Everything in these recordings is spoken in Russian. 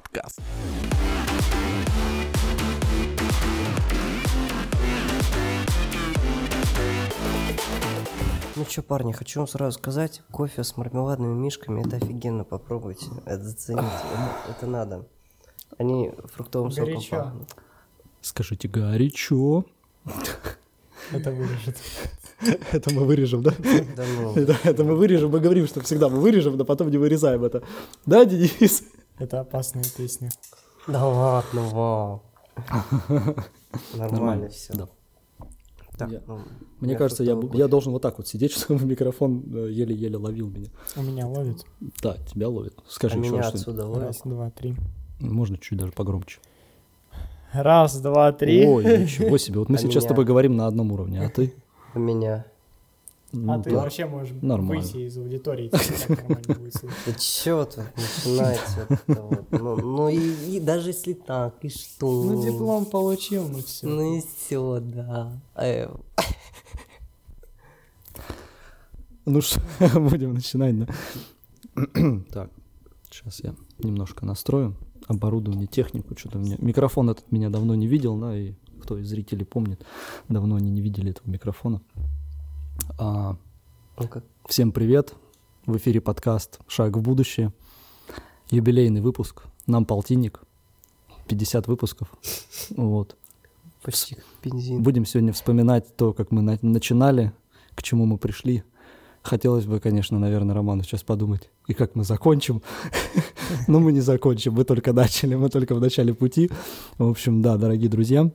подкаст. Ну что, парни, хочу вам сразу сказать, кофе с мармеладными мишками – это офигенно, попробуйте, это зацените, это надо. Они фруктовым соком Горячо. пахнут. Скажите, горячо. Это вырежет. Это мы вырежем, да? Да ну, Это мы вырежем, мы говорим, что всегда мы вырежем, но потом не вырезаем это. Да, Денис? Это опасная песня. да ладно, вау. Нормально все. Да. Так, Я- ну, Мне я кажется, фруктовый я кофе. должен вот так вот сидеть, чтобы микрофон еле-еле ловил меня. У меня ловит. Да, тебя ловит. А Скажи еще меня раз что-нибудь. отсюда ловит. Раз, два, три. Можно чуть даже погромче. Раз, два, три. Ой, ничего себе. Вот мы А сейчас с меня? тобой говорим на одном уровне, а ты? У меня. Ну, А ты да. вообще можешь Нормально. выйти из аудитории, тебе так нормально будет слышно. Да чё тут начинается вот это вот? Ну и даже если так, и что? Ну, диплом получил, ну все. Ну и все, да. Ну что, будем начинать, да? Так, сейчас я немножко настрою оборудование, технику. Что-то у меня... Микрофон этот меня давно не видел, да, и кто из зрителей помнит, давно они не видели этого микрофона. Ну как? Всем привет! В эфире подкаст «Шаг в будущее». Юбилейный выпуск. Нам полтинник. 50 выпусков. Вот. Почти как бензин. Будем сегодня вспоминать то, как мы начинали, к чему мы пришли. Хотелось бы, конечно, наверное, Роману сейчас подумать, и как мы закончим. Но мы не закончим, мы только начали, мы только в начале пути. В общем, да, дорогие друзья,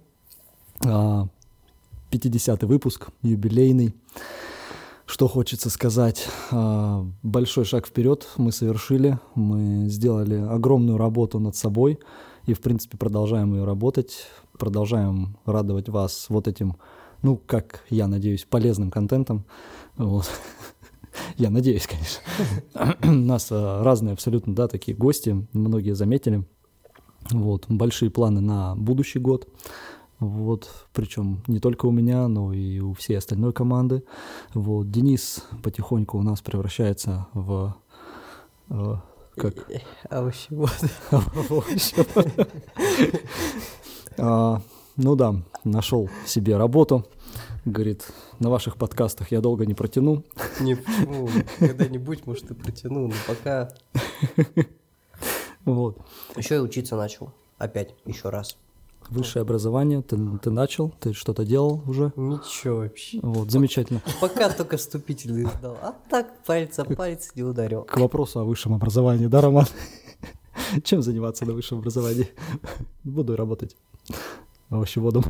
50-й выпуск, юбилейный. Что хочется сказать? Большой шаг вперед мы совершили, мы сделали огромную работу над собой и, в принципе, продолжаем ее работать, продолжаем радовать вас вот этим, ну, как я надеюсь, полезным контентом. Вот. Я надеюсь, конечно. У нас разные абсолютно, да, такие гости, многие заметили. Вот, большие планы на будущий год. Вот, причем не только у меня, но и у всей остальной команды. Вот, Денис потихоньку у нас превращается в как Овощевод. Ну да, нашел себе работу. Говорит, на ваших подкастах я долго не протяну. Не, почему? Когда-нибудь, может, и протяну, но пока... Вот. Еще и учиться начал. Опять, еще раз. Высшее образование, ты начал, ты что-то делал уже. Ничего вообще. Вот, замечательно. Пока только вступительный сдал. А так палец о палец не ударил. К вопросу о высшем образовании, да, Роман? Чем заниматься на высшем образовании? Буду работать овощеводом.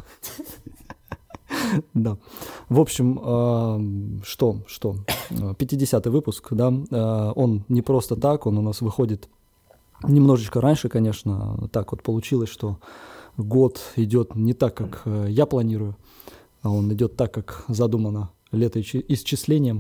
Да. В общем, что? 50-й выпуск, да, он не просто так, он у нас выходит немножечко раньше, конечно. Так вот получилось, что год идет не так, как я планирую, а он идет так, как задумано летоисчислением.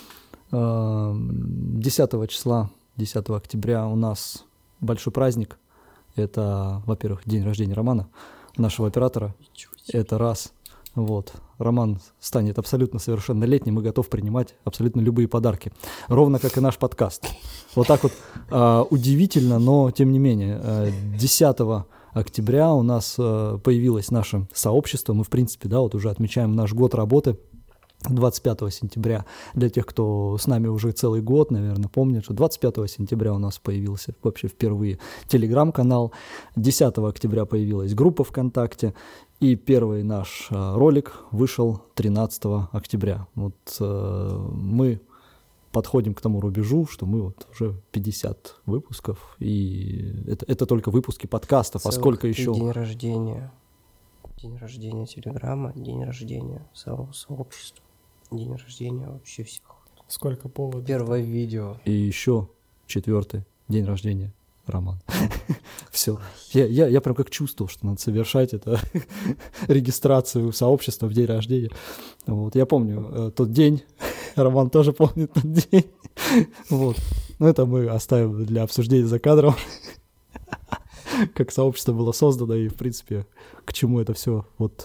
10 числа, 10 октября у нас большой праздник. Это, во-первых, день рождения Романа, нашего оператора. Это раз. Вот. Роман станет абсолютно совершеннолетним и готов принимать абсолютно любые подарки. Ровно как и наш подкаст. Вот так вот удивительно, но тем не менее. 10 октября у нас появилось наше сообщество. Мы, в принципе, да, вот уже отмечаем наш год работы. 25 сентября, для тех, кто с нами уже целый год, наверное, помнит, что 25 сентября у нас появился вообще впервые телеграм-канал, 10 октября появилась группа ВКонтакте, и первый наш ролик вышел 13 октября. Вот мы подходим к тому рубежу, что мы вот уже 50 выпусков, и это только выпуски подкастов, а сколько еще? День рождения. День рождения Телеграма, день рождения самого сообщества, день рождения вообще всех. Сколько поводов. Первое видео. И еще 4-й день рождения Роман. Все. Я прям как чувствовал, что надо совершать это регистрацию сообщества в день рождения. Вот. Я помню тот день. Роман тоже помнит тот день. Вот. Но это мы оставим для обсуждения за кадром. Как сообщество было создано и, в принципе, к чему это все вот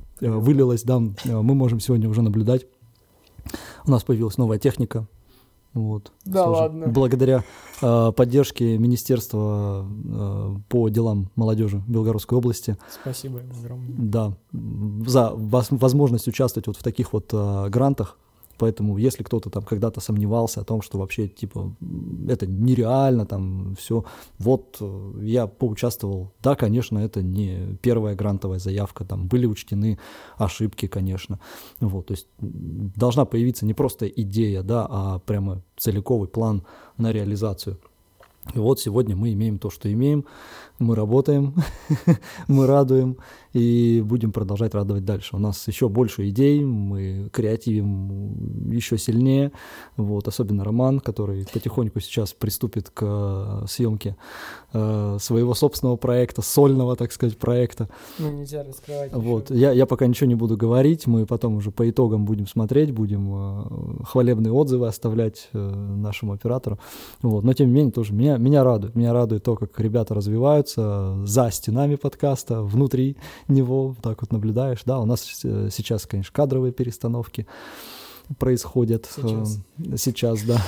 вылилось, да, мы можем сегодня уже наблюдать. У нас появилась новая техника, Вот. Да Тоже ладно. благодаря поддержке Министерства по делам молодежи Белгородской области, Спасибо им огромное. да, за возможность участвовать вот в таких вот грантах. Поэтому, если кто-то там когда-то сомневался о том, что вообще, типа, это нереально, там, все, вот, я поучаствовал. Да, конечно, это не первая грантовая заявка, там были учтены ошибки, конечно. Вот, то есть должна появиться не просто идея, да, а прямо целиковый план на реализацию. И вот сегодня мы имеем то, что имеем, мы работаем, мы радуем и будем продолжать радовать дальше. У нас еще больше идей, мы креативим еще сильнее. Вот, особенно Роман, который потихоньку сейчас приступит к съемке своего собственного проекта, сольного, так сказать, проекта. Ну, нельзя раскрывать. Вот. ещё. Я пока ничего не буду говорить, мы потом уже по итогам будем смотреть, будем хвалебные отзывы оставлять нашему оператору. Вот. Но тем не менее тоже меня радует. Меня радует то, как ребята развиваются за стенами подкаста, внутри него, так вот наблюдаешь. Да, у нас сейчас, конечно, кадровые перестановки происходят. Сейчас, да.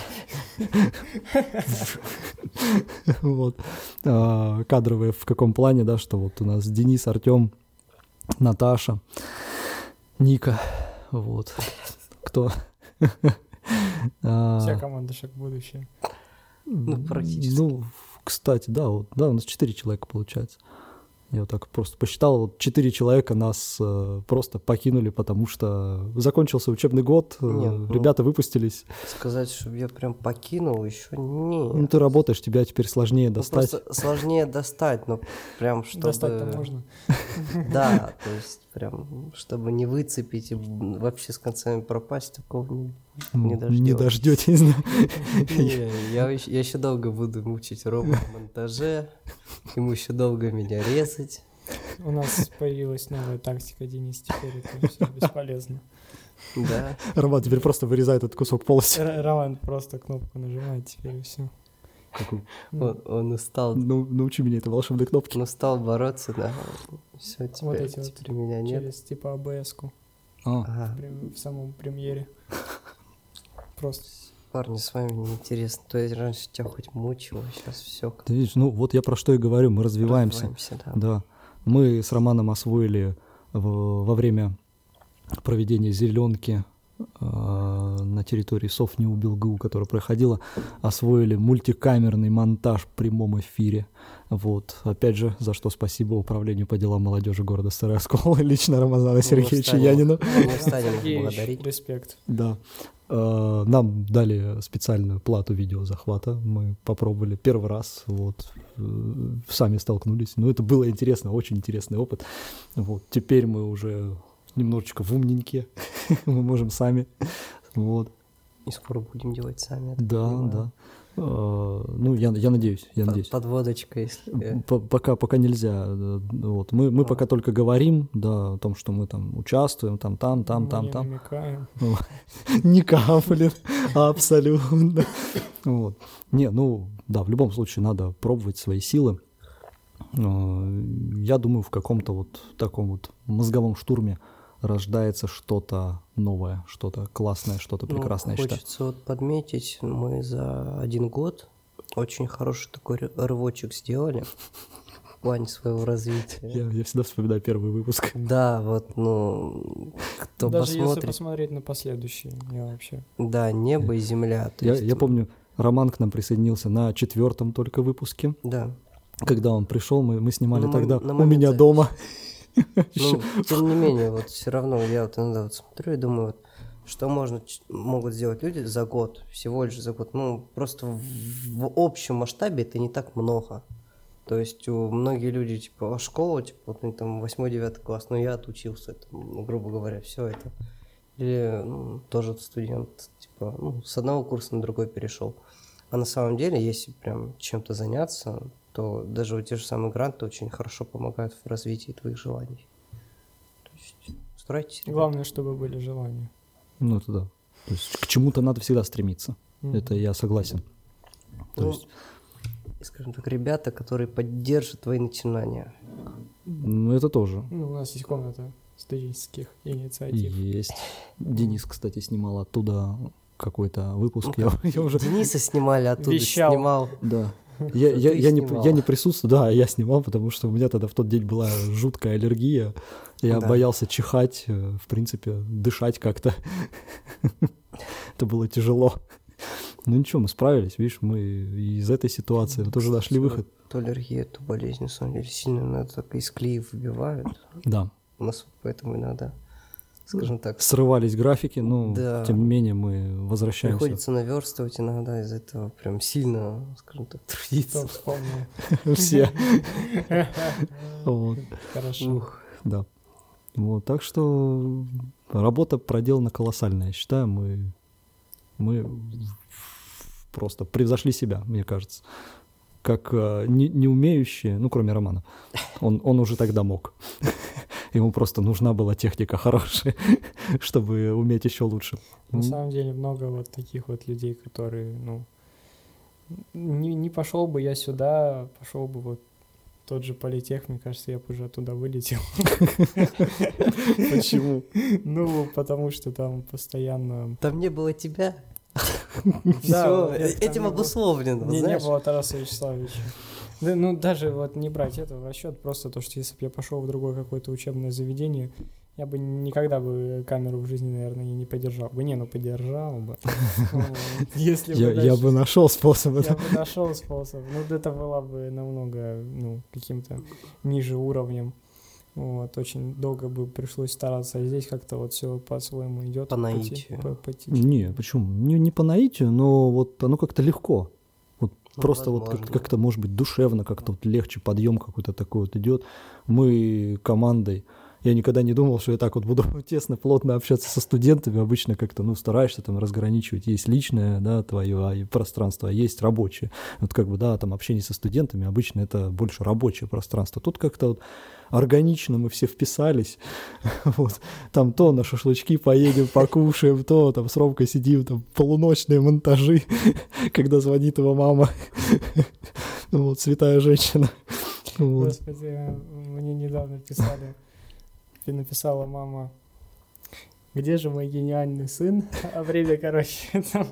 Вот. Кадровые в каком плане, да, что вот у нас Денис, Артем, Наташа, Ника, вот. Кто? Вся команда «Шаг в будущее». Ну, практически. Ну, кстати, да, вот, да, у нас 4 человека получается. Я вот так просто посчитал, вот 4 человека нас просто покинули, потому что закончился учебный год, ребята выпустились. Сказать, чтобы я прям покинул, еще не. Ну, ты работаешь, тебя теперь сложнее достать. Просто сложнее достать, но прям чтобы... Достать-то можно. Да, то есть прям, чтобы не выцепить и вообще с концами пропасть, такого не дождётесь. Не дождетесь, да. Я еще долго буду мучить Рому в монтаже, ему еще долго меня резать. У нас появилась новая тактика, Денис, теперь это все бесполезно. Да. Роман теперь просто вырезает этот кусок полностью. Роман просто кнопку нажимает, теперь и все. Он устал. Ну, научи меня этой волшебной кнопки. Он устал бороться, да. Все, Вот теперь, эти вот теперь меня нет. через типа АБС-ку Ага. в самом премьере. Просто. Парни, с вами неинтересно. То есть раньше тебя хоть мучило, сейчас все. Ты видишь, ну вот я про что и говорю, мы развиваемся. Да. Да. Мы с Романом освоили во время проведения зеленки на территории Софни БелГУ, которая проходила, освоили мультикамерный монтаж в прямом эфире. Вот. Опять же, за что спасибо Управлению по делам молодежи города Старый Оскол, лично Рамазану Сергеевичу Янину. Мы не станем их Сергеевич, благодарить. респект. Да. Нам дали специальную плату видеозахвата. Мы попробовали первый раз, вот, сами столкнулись. Ну, это было интересно, очень интересный опыт. Вот. Теперь мы уже немножечко в умненьке. Мы можем сами. Вот. И скоро будем делать сами. я так Да, понимаю. да. Ну, я надеюсь, Подводочка, если... Пока нельзя. Вот. Мы пока только говорим, да, о том, что мы там участвуем, там. Мы не намекаем. Не каплен, абсолютно. Вот. Не, ну, да, в любом случае надо пробовать свои силы. Я думаю, в каком-то вот таком вот мозговом штурме рождается что-то новое, что-то классное, что-то прекрасное. Хочется вот подметить, мы за 1 год очень хороший такой рывочек сделали в плане своего развития. Я всегда вспоминаю первый выпуск. Да, вот, ну, кто Даже если посмотрит... посмотреть на последующие, я вообще... Да, небо и земля. то есть- Я помню, Роман к нам присоединился на 4-м только выпуске. Да. Когда он пришел, мы снимали Ну, тогда на у момент меня записи. дома. Ну, тем не менее, вот все равно я вот иногда вот смотрю и думаю, вот, что могут сделать люди за год, всего лишь за год. Ну, просто в общем масштабе это не так много. То есть многие люди, типа, школа, типа, вот они там 8-9 класс, но я отучился, там, грубо говоря, все это. Или тоже студент, типа, с одного курса на другой перешел. А на самом деле, если прям чем-то заняться, то даже вот те же самые гранты очень хорошо помогают в развитии твоих желаний. То есть старайтесь. ребята. Главное, чтобы были желания. Ну, это да. То есть к чему-то надо всегда стремиться. Это я согласен. То Ну, есть, скажем так, ребята, которые поддержат твои начинания. это тоже Ну, у нас есть комната студенческих инициатив. есть. Денис, кстати, снимал оттуда какой-то выпуск. Я уже... Дениса снимали оттуда, Вещал. снимал. Да. Ты Я снимал. не присутствовал, да, я снимал, потому что у меня тогда в тот день была жуткая аллергия. Я Да. боялся чихать, в принципе, дышать как-то. Это было тяжело. Ну ничего, мы справились, видишь, мы из этой ситуации тоже нашли выход. То аллергия, то болезнь, на самом деле, сильно надо так из клея выбивают. Да, У нас поэтому иногда, скажем так, срывались графики, но Да. тем не менее мы возвращаемся. приходится наверстывать иногда из этого прям сильно, скажем так, Кто трудиться. вспомнил. Все. Вот, Хорошо. да. Вот, так что работа проделана колоссальная, я считаю, мы просто превзошли себя, мне кажется, как не умеющие, ну, кроме Романа. Он уже тогда мог. Ему просто нужна была техника хорошая, чтобы уметь еще лучше. На самом деле много вот таких вот людей, которые, ну, не пошел бы я сюда, пошел бы вот тот же политех, мне кажется, я бы уже оттуда вылетел. Почему? Ну, потому что там постоянно... Там не было тебя. Да, Все, нет, там этим не было. обусловлено, Не знаешь. было Тараса Вячеславовича. Да, ну, даже вот не брать это в расчет, просто то, что если бы я пошел в другое какое-то учебное заведение, я бы никогда бы камеру в жизни, наверное, не подержал бы. Не, ну подержал бы. Если Я бы нашел способ. Я бы нашел способ. Ну, это было бы намного, ну, каким-то ниже уровнем. Вот, очень долго бы пришлось стараться. А здесь как-то вот все по-своему идет. По наитию. Не, почему? Не по наитию, но вот оно как-то легко. Вот Ну, просто вот возможно. как-то, может быть, душевно, как-то вот легче, подъем какой-то такой вот идет. Мы командой. Я никогда не думал, что я так вот буду тесно, плотно общаться со студентами. Обычно как-то, ну, стараешься там разграничивать. Есть личное, да, твое пространство, а есть рабочее. Вот как бы, да, там общение со студентами, обычно это больше рабочее пространство. Тут как-то вот органично мы все вписались. Вот. Там то на шашлычки поедем, покушаем, то там с Ромкой сидим, там полуночные монтажи, когда звонит его мама. Вот, святая женщина. Вот. Господи, мне недавно написала мама, где же мой гениальный сын? А время, короче, там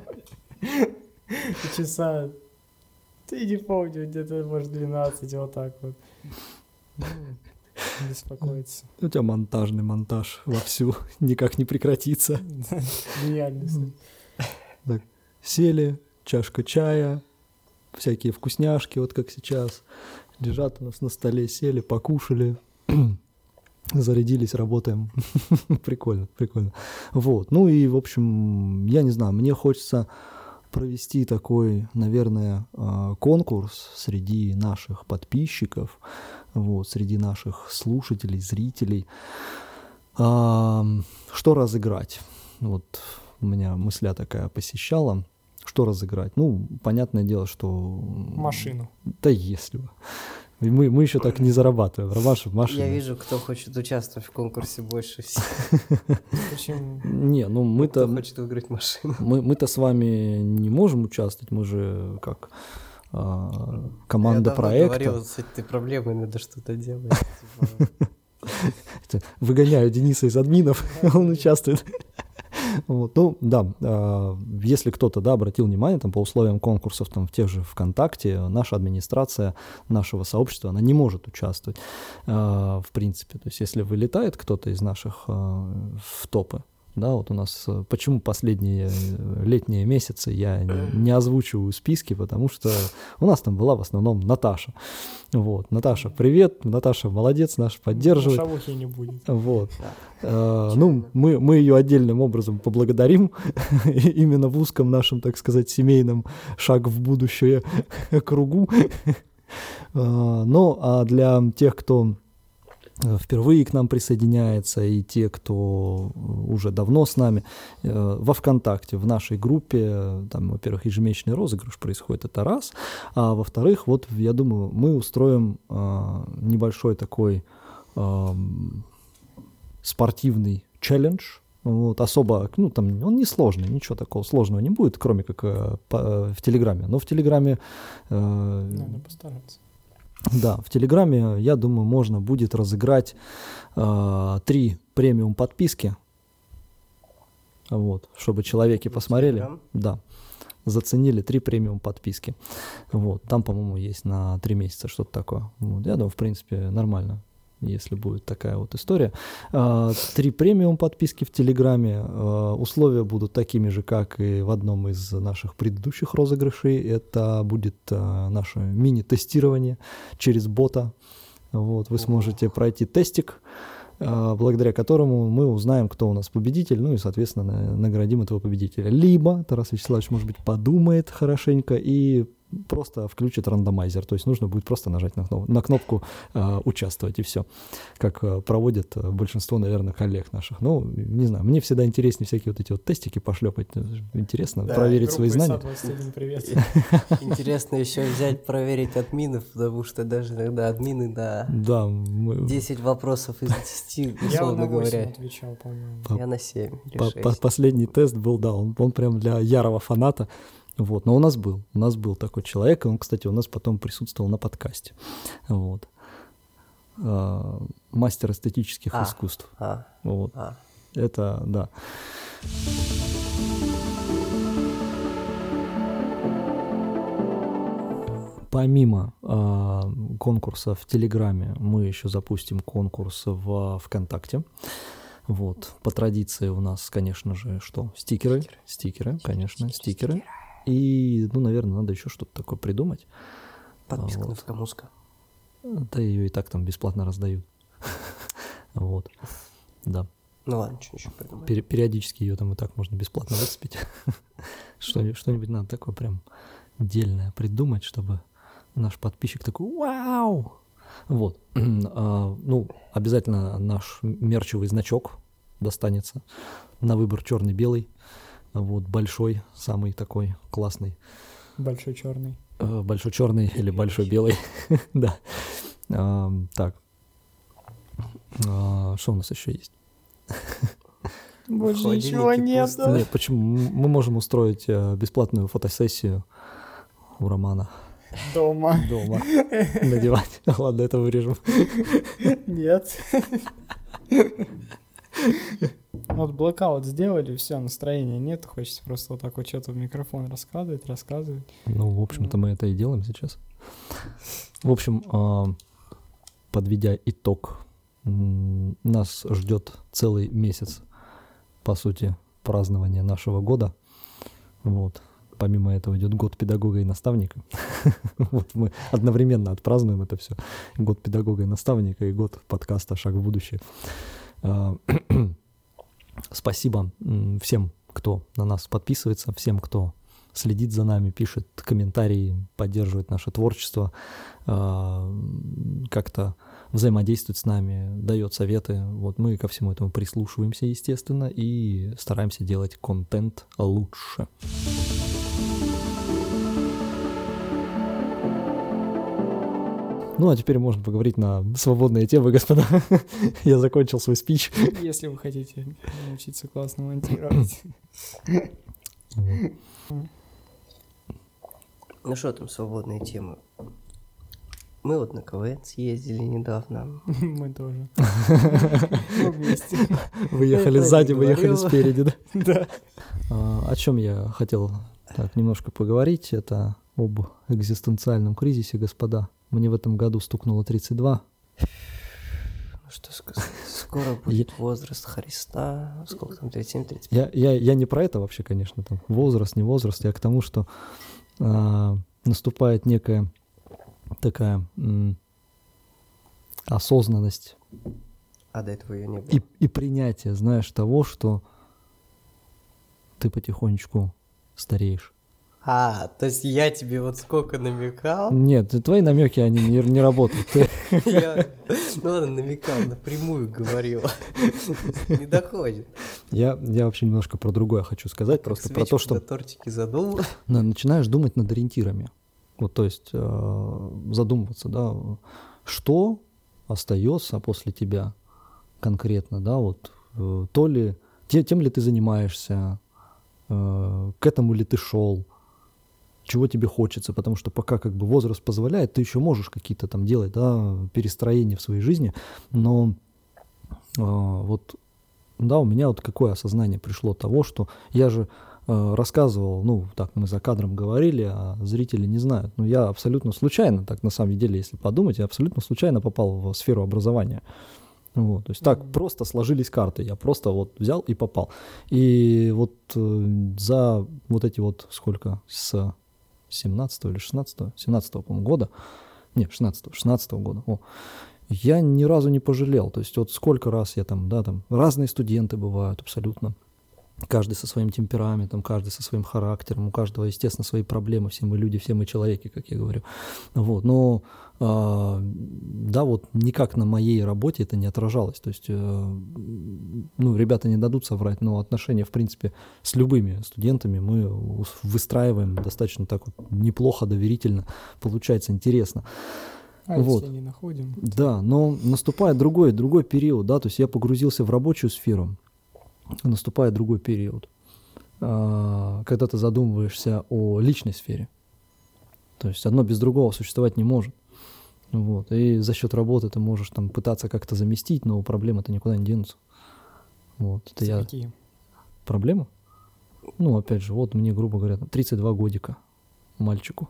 часа, ты не помню, где-то, может, 12, вот так вот. Ну, беспокоиться. У тебя монтажный монтаж вовсю никак не прекратится. Гениальный сын. Сели, чашка чая, всякие вкусняшки, вот как сейчас, лежат у нас на столе, сели, покушали, зарядились, работаем. Прикольно, прикольно. Вот, ну и, в общем, я не знаю, мне хочется провести такой, наверное, конкурс среди наших подписчиков, вот, среди наших слушателей, зрителей. Что разыграть? Вот у меня мысля такая посещала. Что разыграть? Ну, понятное дело, что... Машину. Да если бы. Мы еще так не зарабатываем. Машина. Я вижу, кто хочет участвовать в конкурсе больше всех. Почему? Не, ну Кто мы-то... хочет выиграть машину. Мы-то с вами не можем участвовать, мы же как команда Я давно проекта. говорил, с этой проблемой надо что-то делать. Выгоняю Дениса из админов, он участвует. Вот, ну, да, если кто-то, да, обратил внимание, там, по условиям конкурсов, там, в тех же ВКонтакте, наша администрация нашего сообщества, она не может участвовать, в принципе. То есть, если вылетает кто-то из наших в топы, да, вот у нас, почему последние летние месяцы я не озвучиваю списки, потому что у нас там была в основном Наташа. Вот, Наташа, привет, Наташа молодец, наш поддерживает. Шавухи не будет. Вот. Ну, мы ее отдельным образом поблагодарим, именно в узком нашем, так сказать, семейном шаг в будущее кругу. Но а для тех, кто впервые к нам присоединяется, и те, кто уже давно с нами, во ВКонтакте, в нашей группе, там, во-первых, ежемесячный розыгрыш происходит, это раз, а во-вторых, вот, я думаю, мы устроим небольшой такой спортивный челлендж, вот, особо, ну, там, он не сложный, ничего такого сложного не будет, кроме как в Телеграме, но в Телеграме... Надо постараться. Да, в Телеграме, я думаю, можно будет разыграть 3 премиум подписки. вот, чтобы человеки посмотрели. Телеграм? Да. Заценили 3 премиум подписки. Вот. Там, по-моему, есть на 3 месяца что-то такое. Вот. Я думаю, в принципе, нормально, если будет такая вот история. 3 премиум подписки в Телеграме. Условия будут такими же, как и в одном из наших предыдущих розыгрышей. Это будет наше мини-тестирование через бота. Вот. Вы сможете пройти тестик, благодаря которому мы узнаем, кто у нас победитель, ну и, соответственно, наградим этого победителя. Либо Тарас Вячеславович, может быть, подумает хорошенько и просто включит рандомайзер, то есть нужно будет просто нажать на кнопку «Участвовать» и все, как проводят большинство, наверное, коллег наших. Ну, не знаю, мне всегда интереснее всякие вот эти вот тестики пошлепать, интересно проверить свои знания. Привет. Интересно еще взять, проверить админов, потому что даже иногда админы на 10 вопросов из 10, условно говоря. Отвечал, по-моему. Я на 7 или 6. Последний тест был, да, он прям для ярого фаната. Вот, но у нас был такой человек, и он, кстати, у нас потом присутствовал на подкасте. Вот. Мастер эстетических искусств. Вот. Это, да. Помимо конкурса в Телеграме, мы еще запустим конкурс в ВКонтакте. Вот. По традиции у нас, конечно же, что? Стикеры, конечно, стикеры. И, ну, наверное, надо еще что-то такое придумать. Подписка на Фкамуска. Да ее и так там бесплатно раздают. Вот, да. Ну ладно, что еще придумать. Периодически ее там и так можно бесплатно выцепить. Что-нибудь надо такое прям дельное придумать, чтобы наш подписчик такой «Вау!». Вот. Ну, обязательно наш мерчевый значок достанется. На выбор черный-белый. Вот, большой, самый такой классный. Большой черный. Большой черный или большой белый. Да. Так. Что у нас еще есть? Больше ничего нет. Нет, почему? Мы можем устроить бесплатную фотосессию у Романа. Дома. Надевать. Ладно, это вырежем. Нет. Вот блэкаут сделали, все, настроения нет, хочется просто вот так вот что-то в микрофон рассказывать. Ну, в общем-то, мы это и делаем сейчас. В общем, подведя итог, нас ждет целый месяц, по сути, празднования нашего года. Вот. Помимо этого идет год педагога и наставника. Вот мы одновременно отпразднуем это все. Год педагога и наставника и год подкаста «Шаг в будущее». Спасибо всем, кто на нас подписывается, всем, кто следит за нами, пишет комментарии, поддерживает наше творчество, как-то взаимодействует с нами, дает советы. Вот мы ко всему этому прислушиваемся, естественно, и стараемся делать контент лучше. Ну, а теперь можно поговорить на свободные темы, господа. Я закончил свой спич. Если вы хотите научиться классно монтировать. Ну что там свободные темы? Мы вот на КВН съездили недавно. Мы тоже. Мы вместе. Вы ехали сзади, мы ехали спереди, да? Да. О чем я хотел так немножко поговорить, это об экзистенциальном кризисе, господа. Мне в этом году стукнуло 32. Ну что сказать, скоро будет возраст Христа, сколько там, 37-35? Я не про это вообще, конечно, там возраст, не возраст, я к тому, что наступает некая такая осознанность. А до этого ее не было. И принятие, знаешь, того, что ты потихонечку стареешь. То есть я тебе вот сколько намекал? Нет, твои намеки, они не работают. Ну ладно, намекал, напрямую говорил. Не доходит. Я вообще немножко про другое хочу сказать, просто про то, что... тортики задул. Начинаешь думать над ориентирами. Вот, то есть задумываться, да, что остается после тебя конкретно, да, вот, то ли, тем ли ты занимаешься, к этому ли ты шел, чего тебе хочется, потому что пока как бы возраст позволяет, ты еще можешь какие-то там делать, да, перестроения в своей жизни, но вот да, у меня вот какое осознание пришло того, что я же рассказывал, ну, так мы за кадром говорили, а зрители не знают. Но я абсолютно случайно, так на самом деле, если подумать, я абсолютно случайно попал в сферу образования. Вот, то есть так просто сложились карты, я просто вот взял и попал. И вот за вот эти вот сколько, с 17 или 16, 17-го, по-моему, года, не, 16-го года, я ни разу не пожалел. То есть вот сколько раз я там, да, там разные студенты бывают абсолютно. Каждый со своим темпераментом, каждый со своим характером, у каждого, естественно, свои проблемы, все мы люди, все мы человеки, как я говорю. Вот. Но, да, вот никак на моей работе это не отражалось. То есть, ну, ребята не дадут соврать, но отношения, в принципе, с любыми студентами мы выстраиваем достаточно так вот неплохо, доверительно, получается интересно. Вот. Не находим. Да, но наступает другой период, да, то есть я погрузился в рабочую сферу. Наступает другой период, когда ты задумываешься о личной сфере. То есть одно без другого существовать не может. Вот. И за счет работы ты можешь там пытаться как-то заместить, но проблемы-то никуда не денутся. Вот. Это какие? Проблемы? Ну, опять же, вот мне, грубо говоря, 32 годика мальчику.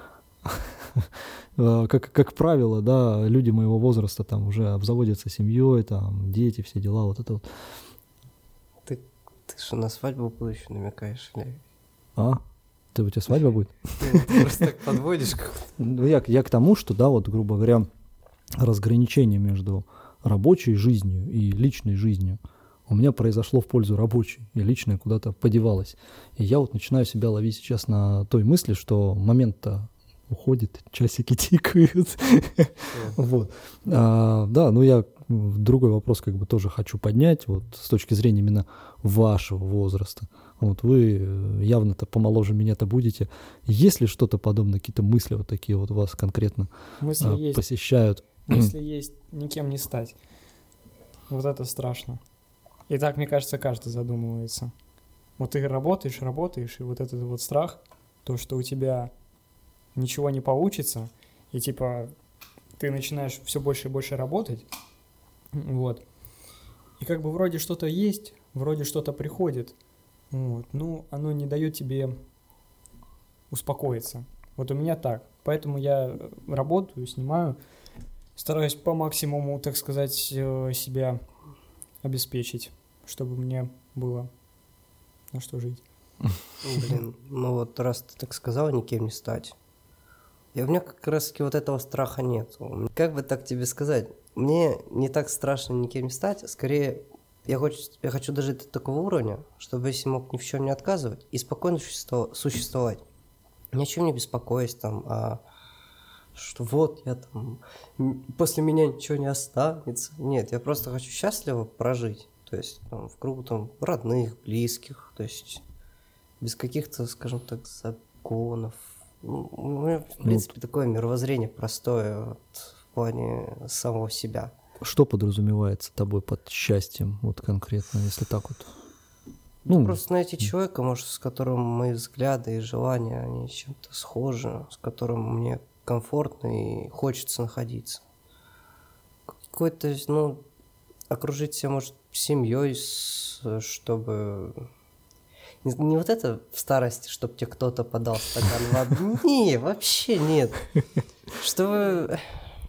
Как правило, да, люди моего возраста там уже обзаводятся семьей, там дети, все дела, вот это вот. Ты что, на свадьбу будущую намекаешь? Или? У тебя свадьба будет? Ты просто так подводишь. Ну, я к тому, что, да, вот, грубо говоря, разграничение между рабочей жизнью и личной жизнью у меня произошло в пользу рабочей, и личная куда-то подевалась. И я вот начинаю себя ловить сейчас на той мысли, что момент-то уходит, часики тикают. Вот. Да, ну я другой вопрос как бы тоже хочу поднять, вот с точки зрения именно вашего возраста. Вот вы явно-то помоложе меня-то будете. Есть ли что-то подобное, какие-то мысли вот такие вот вас конкретно посещают? Мысли есть, никем не стать. Вот это страшно. И так, мне кажется, каждый задумывается. Вот ты работаешь, и вот этот вот страх, то, что у тебя ничего не получится, и типа ты начинаешь все больше и больше работать, вот. И как бы вроде что-то есть, вроде что-то приходит, вот, но оно не дает тебе успокоиться. Вот у меня так. Поэтому я работаю, снимаю, стараюсь по максимуму, так сказать, себя обеспечить, чтобы мне было на что жить. Блин, ну вот раз ты так сказал, никем не стать. И у меня как раз-таки вот этого страха нет. Как бы так тебе сказать? Мне не так страшно никем не стать, а скорее я хочу дожить до такого уровня, чтобы я мог ни в чем не отказывать и спокойно существовать. Ни о чем не беспокоясь там, что вот я там, после меня ничего не останется. Нет, я просто хочу счастливо прожить. То есть там, в кругу там родных, близких, то есть без каких-то, скажем так, законов. У меня, в принципе, такое мировоззрение простое вот, в плане самого себя. Что подразумевается тобой под счастьем, вот конкретно, если так вот? Просто найти человека, может, с которым мои взгляды и желания, они чем-то схожи, с которым мне комфортно и хочется находиться. Какой-то, окружить себя, может, семьей, чтобы... Не вот это в старости, чтобы тебе кто-то подал стакан воды. Не, вообще нет. Чтобы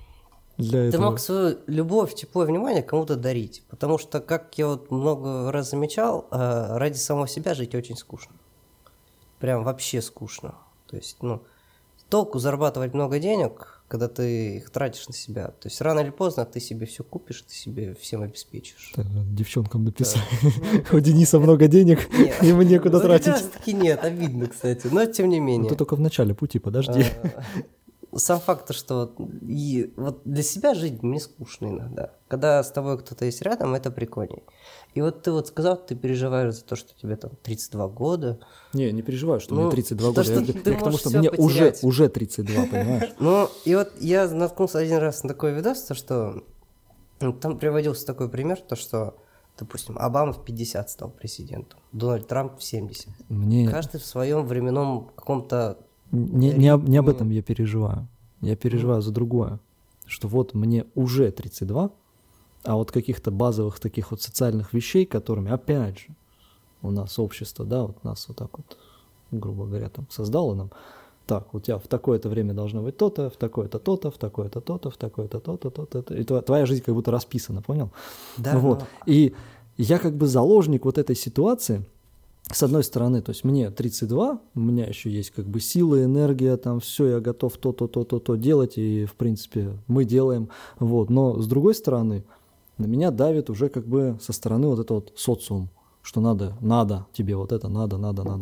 ты мог свою любовь, тепло и внимание кому-то дарить. Потому что, как я вот много раз замечал, ради самого себя жить очень скучно. Прям вообще скучно. То есть, толку зарабатывать много денег, когда ты их тратишь на себя. То есть рано или поздно ты себе все купишь, ты себе всем обеспечишь. Так, девчонкам написали. У Дениса много денег, ему некуда тратить. Как раз таки нет, обидно, кстати, но тем не менее. Ты только в начале пути, подожди. Сам факт, что вот для себя жить мне скучно иногда. Когда с тобой кто-то есть рядом, это прикольней. И вот ты вот сказал, ты переживаешь за то, что тебе там 32 года. Не переживаю, что мне 32 года. Я к тому, что мне потерять. уже 32, понимаешь? И вот я наткнулся один раз на такой видос, то что там приводился такой пример, то что, допустим, Обама в 50 стал президентом, Дональд Трамп в 70. Каждый в своем временном каком-то... Не об этом я переживаю. Я переживаю за другое. Что вот мне уже 32, А вот каких-то базовых таких вот социальных вещей, которыми, опять же, у нас общество, да, вот нас вот так вот, грубо говоря, там создало нам, так, у тебя в такое-то время должно быть то-то, в такое-то то-то, в такое-то то-то, в такое-то то-то, то-то. И твоя жизнь как будто расписана, понял? Да, вот. И я как бы заложник вот этой ситуации, с одной стороны, то есть мне 32, у меня еще есть как бы сила, энергия, там все, я готов то делать, и в принципе мы делаем, вот. Но с другой стороны, на меня давит уже как бы со стороны вот это вот социум, что надо тебе вот это, надо.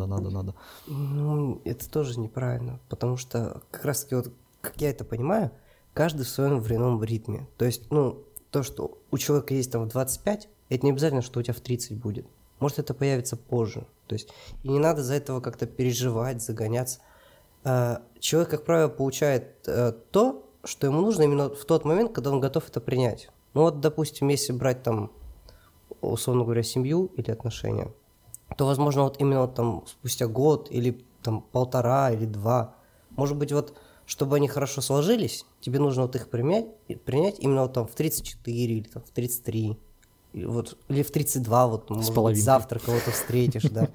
Ну, это тоже неправильно, потому что как раз-таки вот, как я это понимаю, каждый в своем временном ритме. То есть, ну, то, что у человека есть там в 25, это не обязательно, что у тебя в 30 будет. Может, это появится позже. То есть, и не надо за этого как-то переживать, загоняться. Человек, как правило, получает то, что ему нужно именно в тот момент, когда он готов это принять. Ну вот, допустим, если брать там, условно говоря, семью или отношения, то, возможно, вот именно вот там спустя год или там 1,5 или 2, может быть, вот, чтобы они хорошо сложились, тебе нужно вот их принять именно вот там в 34 или там в 33, вот, или в 32, вот, может быть, завтра кого-то встретишь, да.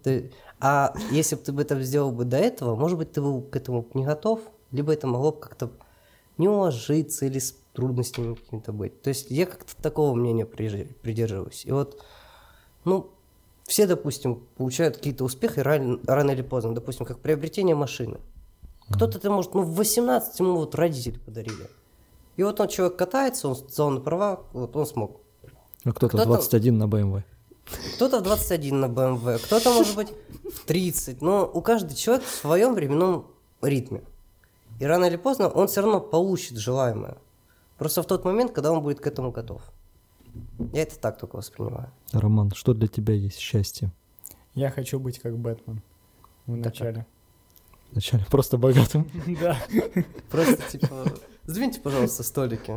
А если бы ты бы это сделал бы до этого, может быть, ты был к этому не готов, либо это могло бы как-то не уложиться или с трудностями какими-то быть. То есть я как-то такого мнения придерживаюсь. И вот, ну, все, допустим, получают какие-то успехи рано или поздно, допустим, как приобретение машины. Кто-то это может, ну, в 18 ему вот родители подарили. И вот он, человек катается, он сдал на права, вот он смог. А кто-то 21 на BMW. Кто-то в 21 на BMW, кто-то, может быть, в 30. Но у каждого человека в своем временном ритме. И рано или поздно он все равно получит желаемое. Просто в тот момент, когда он будет к этому готов. Я это так только воспринимаю. Роман, что для тебя есть счастье? Я хочу быть как Бэтмен в начале. Вначале просто богатым? Да. Просто типа, сдвиньте, пожалуйста, столики.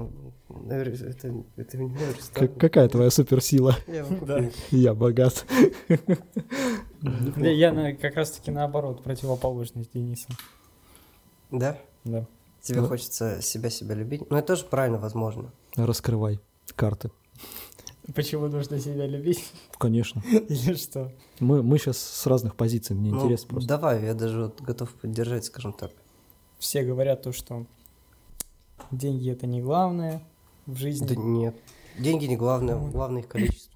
Это не ресторан. Какая твоя суперсила? Я богат. Я как раз-таки наоборот, противоположность Дениса. Да? Да. Тебе хочется себя любить? Ну, это тоже правильно, возможно. Раскрывай карты. Почему нужно себя любить? Конечно. Или что? Мы сейчас с разных позиций, мне интересно просто. Давай, я даже вот готов поддержать, скажем так. Все говорят то, что деньги это не главное в жизни. Да нет. Деньги не главное, главное их количество.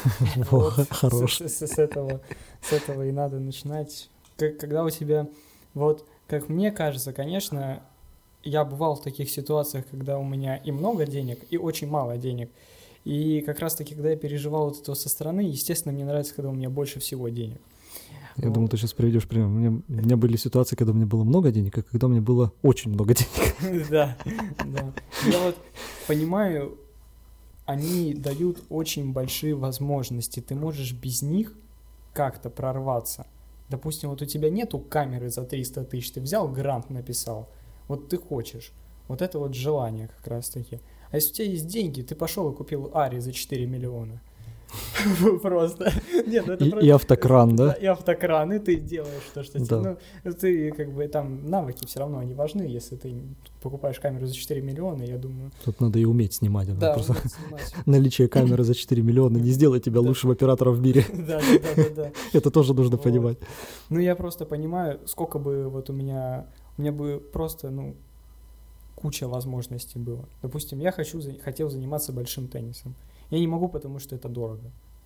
Хорош. С этого и надо начинать. Когда у тебя, вот, как мне кажется, конечно, я бывал в таких ситуациях, когда у меня и много денег, и очень мало денег. И как раз-таки, когда я переживал вот это со стороны, естественно, мне нравится, когда у меня больше всего денег. Я думаю, ты сейчас приведешь пример. У меня были ситуации, когда у меня было много денег, и когда у меня было очень много денег. Да. Я вот понимаю, они дают очень большие возможности. Ты можешь без них как-то прорваться. Допустим, вот у тебя нету камеры за 300 тысяч, ты взял грант, написал. Вот ты хочешь. Вот это вот желание как раз-таки. А если у тебя есть деньги, ты пошел и купил Ари за 4 миллиона. Просто. И автокран, да? И автокран, и ты делаешь то, что тебе... Ну, ты как бы там навыки все равно они важны, если ты покупаешь камеру за 4 миллиона, я думаю... Тут надо и уметь снимать. Да, просто уметь снимать. Наличие камеры за 4 миллиона не сделает тебя лучшим оператором в мире. Да. Это тоже нужно понимать. Ну, я просто понимаю, сколько бы вот у меня бы просто, ну, куча возможностей было. Допустим, я хотел заниматься большим теннисом. Я не могу, потому что это дорого.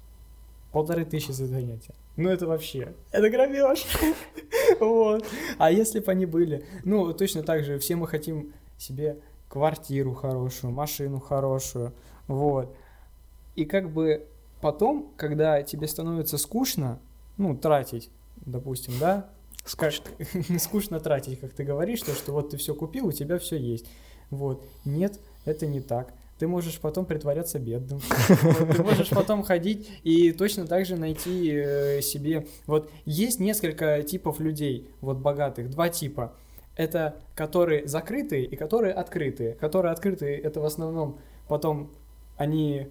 1500 за занятие. Ну, это вообще... Это грабеж. Вот. А если бы они были... Ну, точно так же, все мы хотим себе квартиру хорошую, машину хорошую. Вот. И как бы потом, когда тебе становится скучно, ну, тратить, допустим, да? Скучно тратить, как ты говоришь, что вот ты все купил, у тебя все есть. Вот. Нет, это не так. Ты можешь потом притворяться бедным. Ты можешь потом ходить и точно так же найти себе... Вот есть несколько типов людей, вот богатых, 2 типа. Это которые закрытые и которые открытые. Которые открытые, это в основном потом они...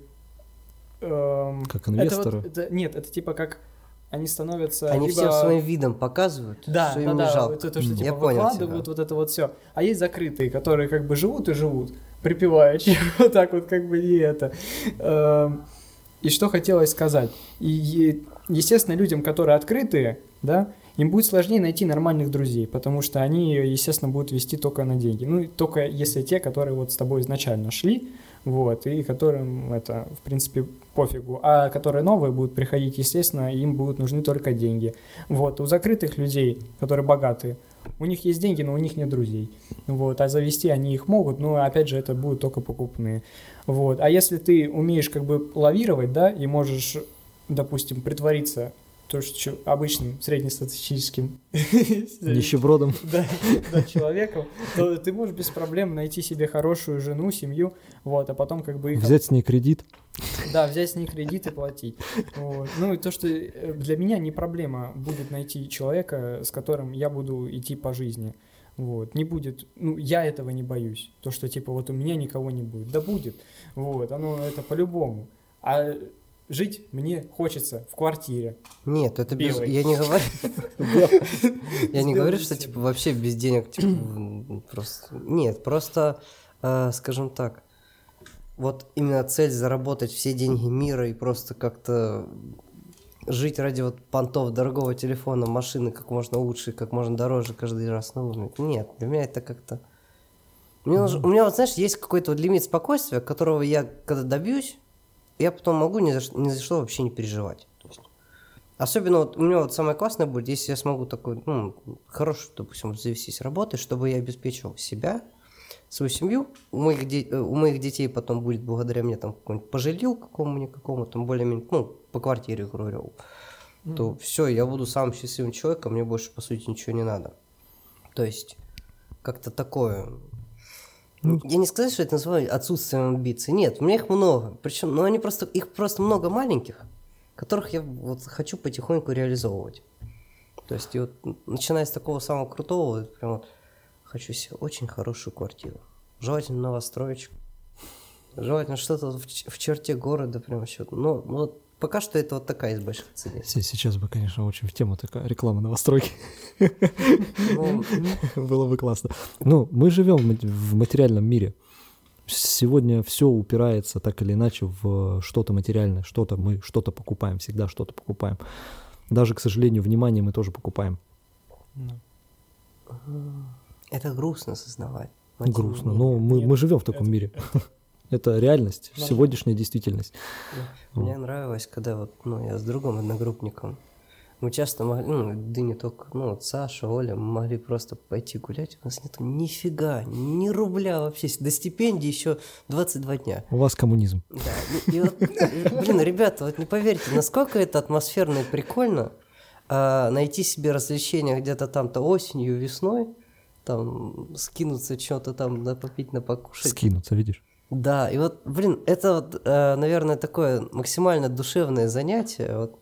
Как инвесторы? Нет, это типа как... Они становятся... Они всем своим видом показывают, что им не жалко. Это, что, типа, Я понял выкладывают, вот это вот все. А есть закрытые, которые как бы живут и живут. припеваючи, вот так вот как бы и это. И что хотелось сказать. И, естественно, людям, которые открытые, да, им будет сложнее найти нормальных друзей, потому что они, естественно, будут вести только на деньги. Ну, и только если те, которые вот с тобой изначально шли, вот, и которым это, в принципе, пофигу. А которые новые будут приходить, естественно, им будут нужны только деньги. Вот, у закрытых людей, которые богатые, у них есть деньги, но у них нет друзей. Вот, а завести они их могут, но, опять же, это будут только покупные. Вот, а если ты умеешь как бы лавировать, да, и можешь, допустим, притвориться то, что обычным среднестатистическим Нищебродом. да, человеком, то ты можешь без проблем найти себе хорошую жену, семью, вот, а потом как бы их... Взять с ней кредит. Да, взять с ней кредит и платить. Вот. Ну и то, что для меня не проблема будет найти человека, с которым я буду идти по жизни. Вот. Не будет, ну, я этого не боюсь. То, что типа вот у меня никого не будет. Да будет. Вот, оно это по-любому. А жить мне хочется в квартире. Нет, это без... Белый. Я не говорю... Я не говорю, что типа вообще без денег типа просто... Нет, просто, скажем так, вот именно цель заработать все деньги мира и просто как-то жить ради вот понтов дорогого телефона, машины как можно лучше, как можно дороже каждый раз новыми. Нет, для меня это как-то... У меня вот, знаешь, есть какой-то вот лимит спокойствия, которого я, когда добьюсь, я потом могу ни за что вообще не переживать. То есть, особенно вот у меня вот самое классное будет, если я смогу такой, ну, хороший, допустим, завестись работой, чтобы я обеспечивал себя, свою семью, у моих детей потом будет благодаря мне там какой-нибудь пожалел какому-то, там более-менее, ну, по квартире, говорю, то все, я буду самым счастливым человеком, мне больше, по сути, ничего не надо. То есть, как-то такое... Я не сказать, что это называю отсутствием амбиций. Нет, у меня их много. Причем, ну, их просто много маленьких, которых я вот хочу потихоньку реализовывать. То есть, и вот, начиная с такого самого крутого, вот, прям вот, хочу себе очень хорошую квартиру. Желательно новостроечку. Желательно что-то в черте города, прям вообще. Ну, вот пока что это вот такая из больших целей. Сейчас бы, конечно, очень в тему такая реклама новостройки. Было бы классно. Ну, мы живем в материальном мире. Сегодня все упирается так или иначе в что-то материальное. Мы что-то покупаем, всегда что-то покупаем. Даже, к сожалению, внимание мы тоже покупаем. Это грустно осознавать. Грустно, но мы живем в таком мире. Это реальность, сегодняшняя действительность. Мне нравилось, когда вот, ну, я с другом одногруппником, мы часто могли, ну, да не только, ну, вот Саша, Оля, мы могли просто пойти гулять, у нас нету нифига, ни рубля вообще, до стипендии еще 22 дня. У вас коммунизм. Да, и вот, блин, ребята, вот не поверьте, насколько это атмосферно и прикольно найти себе развлечения где-то там-то осенью, весной, там, скинуться что-то там, попить, покушать. Скинуться, видишь? Да, и вот, блин, это вот, наверное, такое максимально душевное занятие. Вот.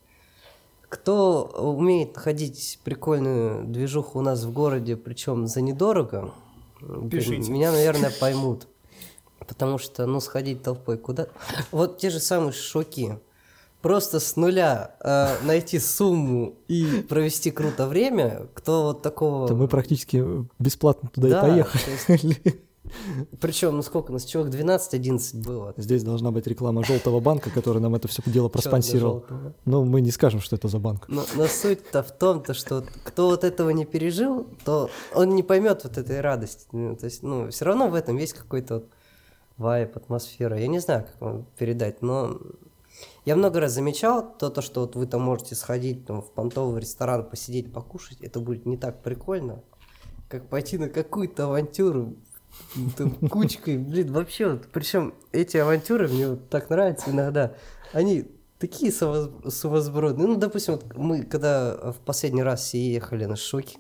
Кто умеет ходить прикольную движуху у нас в городе, причем за недорого, меня, наверное, поймут. Потому что, ну, сходить толпой куда... Вот те же самые шашлыки. Просто с нуля найти сумму и провести круто время, кто вот такого... Да мы практически бесплатно туда и поехали. Причем, ну сколько у нас, человек 12-11 было. Здесь должна быть реклама желтого банка, который нам это все дело проспонсировал. Но мы не скажем, что это за банк. Но суть-то в том, что кто вот этого не пережил, то он не поймет вот этой радости. Ну, то есть, ну, все равно в этом есть какой-то вот вайб, атмосфера. Я не знаю, как вам передать, но я много раз замечал то, что вот вы там можете сходить там, в понтовый ресторан, посидеть, покушать. Это будет не так прикольно, как пойти на какую-то авантюру. Там кучкой, блин, вообще вот, причем эти авантюры мне вот так нравятся иногда, они такие сумасбродные. Ну, допустим, вот мы когда в последний раз все ехали на шашлыки,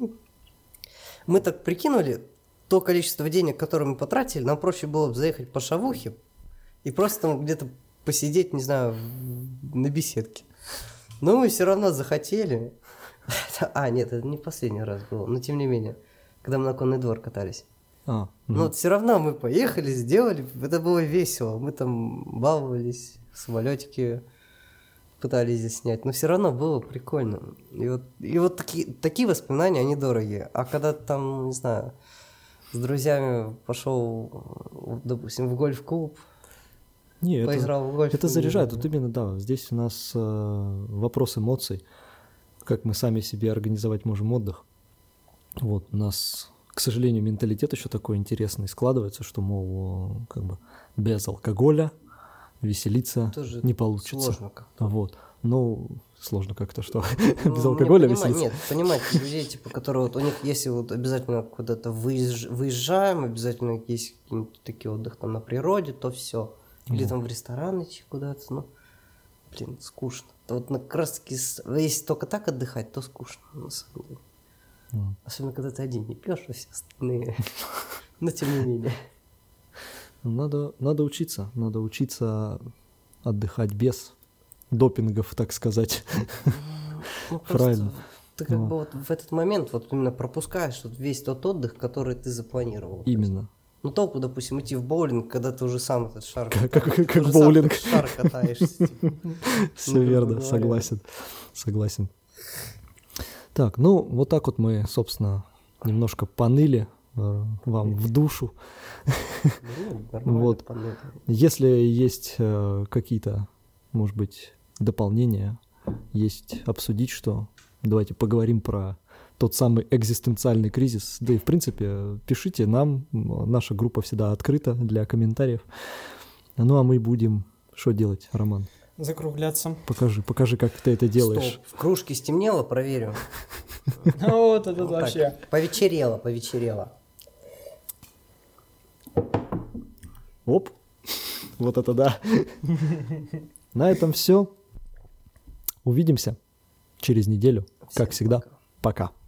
мы так прикинули то количество денег, которое мы потратили, нам проще было бы заехать по шавухе и просто там где-то посидеть, не знаю, на беседке. Но мы все равно захотели. Нет, это не последний раз было, но тем не менее, когда мы на конный двор катались. Но вот все равно мы поехали, сделали, это было весело. Мы там баловались, в самолетике пытались здесь снять, но все равно было прикольно. И вот такие воспоминания, они дорогие. А когда там, не знаю, с друзьями пошел допустим, в гольф-клуб, Не, поиграл в гольф. это заряжает. Вот именно, да. Здесь у нас вопрос эмоций. Как мы сами себе организовать можем отдых. Вот, у нас, к сожалению, менталитет еще такой интересный складывается, что, мол, как бы без алкоголя веселиться Тоже не получится. сложно как-то. Вот. Ну, сложно как-то, что Ну, без алкоголя мне веселиться. Нет, понимаете, людей, типа, которые вот у них, если вот обязательно куда-то выезжаем, обязательно есть какие-нибудь такие отдых там на природе, то все. Или там в ресторан идти куда-то, ну, блин, скучно. То вот как раз таки, если только так отдыхать, то скучно, на самом деле. Особенно, когда ты один не пьешь, а все остальные. Но тем не менее. Надо учиться отдыхать без допингов, так сказать. Ну, просто Правильно. ты как бы вот в этот момент вот именно пропускаешь вот весь тот отдых, который ты запланировал. Именно. Ну, толку, допустим, идти в боулинг, когда ты уже сам этот шар Как боулинг. шар катаешься. Все верно, согласен. Так, ну вот так вот мы, собственно, немножко поныли вам в душу. Вот. Если есть какие-то, может быть, дополнения, есть обсудить, что давайте поговорим про тот самый экзистенциальный кризис. Да и, в принципе, пишите нам, наша группа всегда открыта для комментариев. Ну, а мы будем что делать, Роман? Закругляться. Покажи, как ты это делаешь. Стоп, в кружке стемнело, проверю. Вот это Вот вообще. так. Повечерело. Оп, вот это да. На этом все. Увидимся через неделю, как всегда. Пока.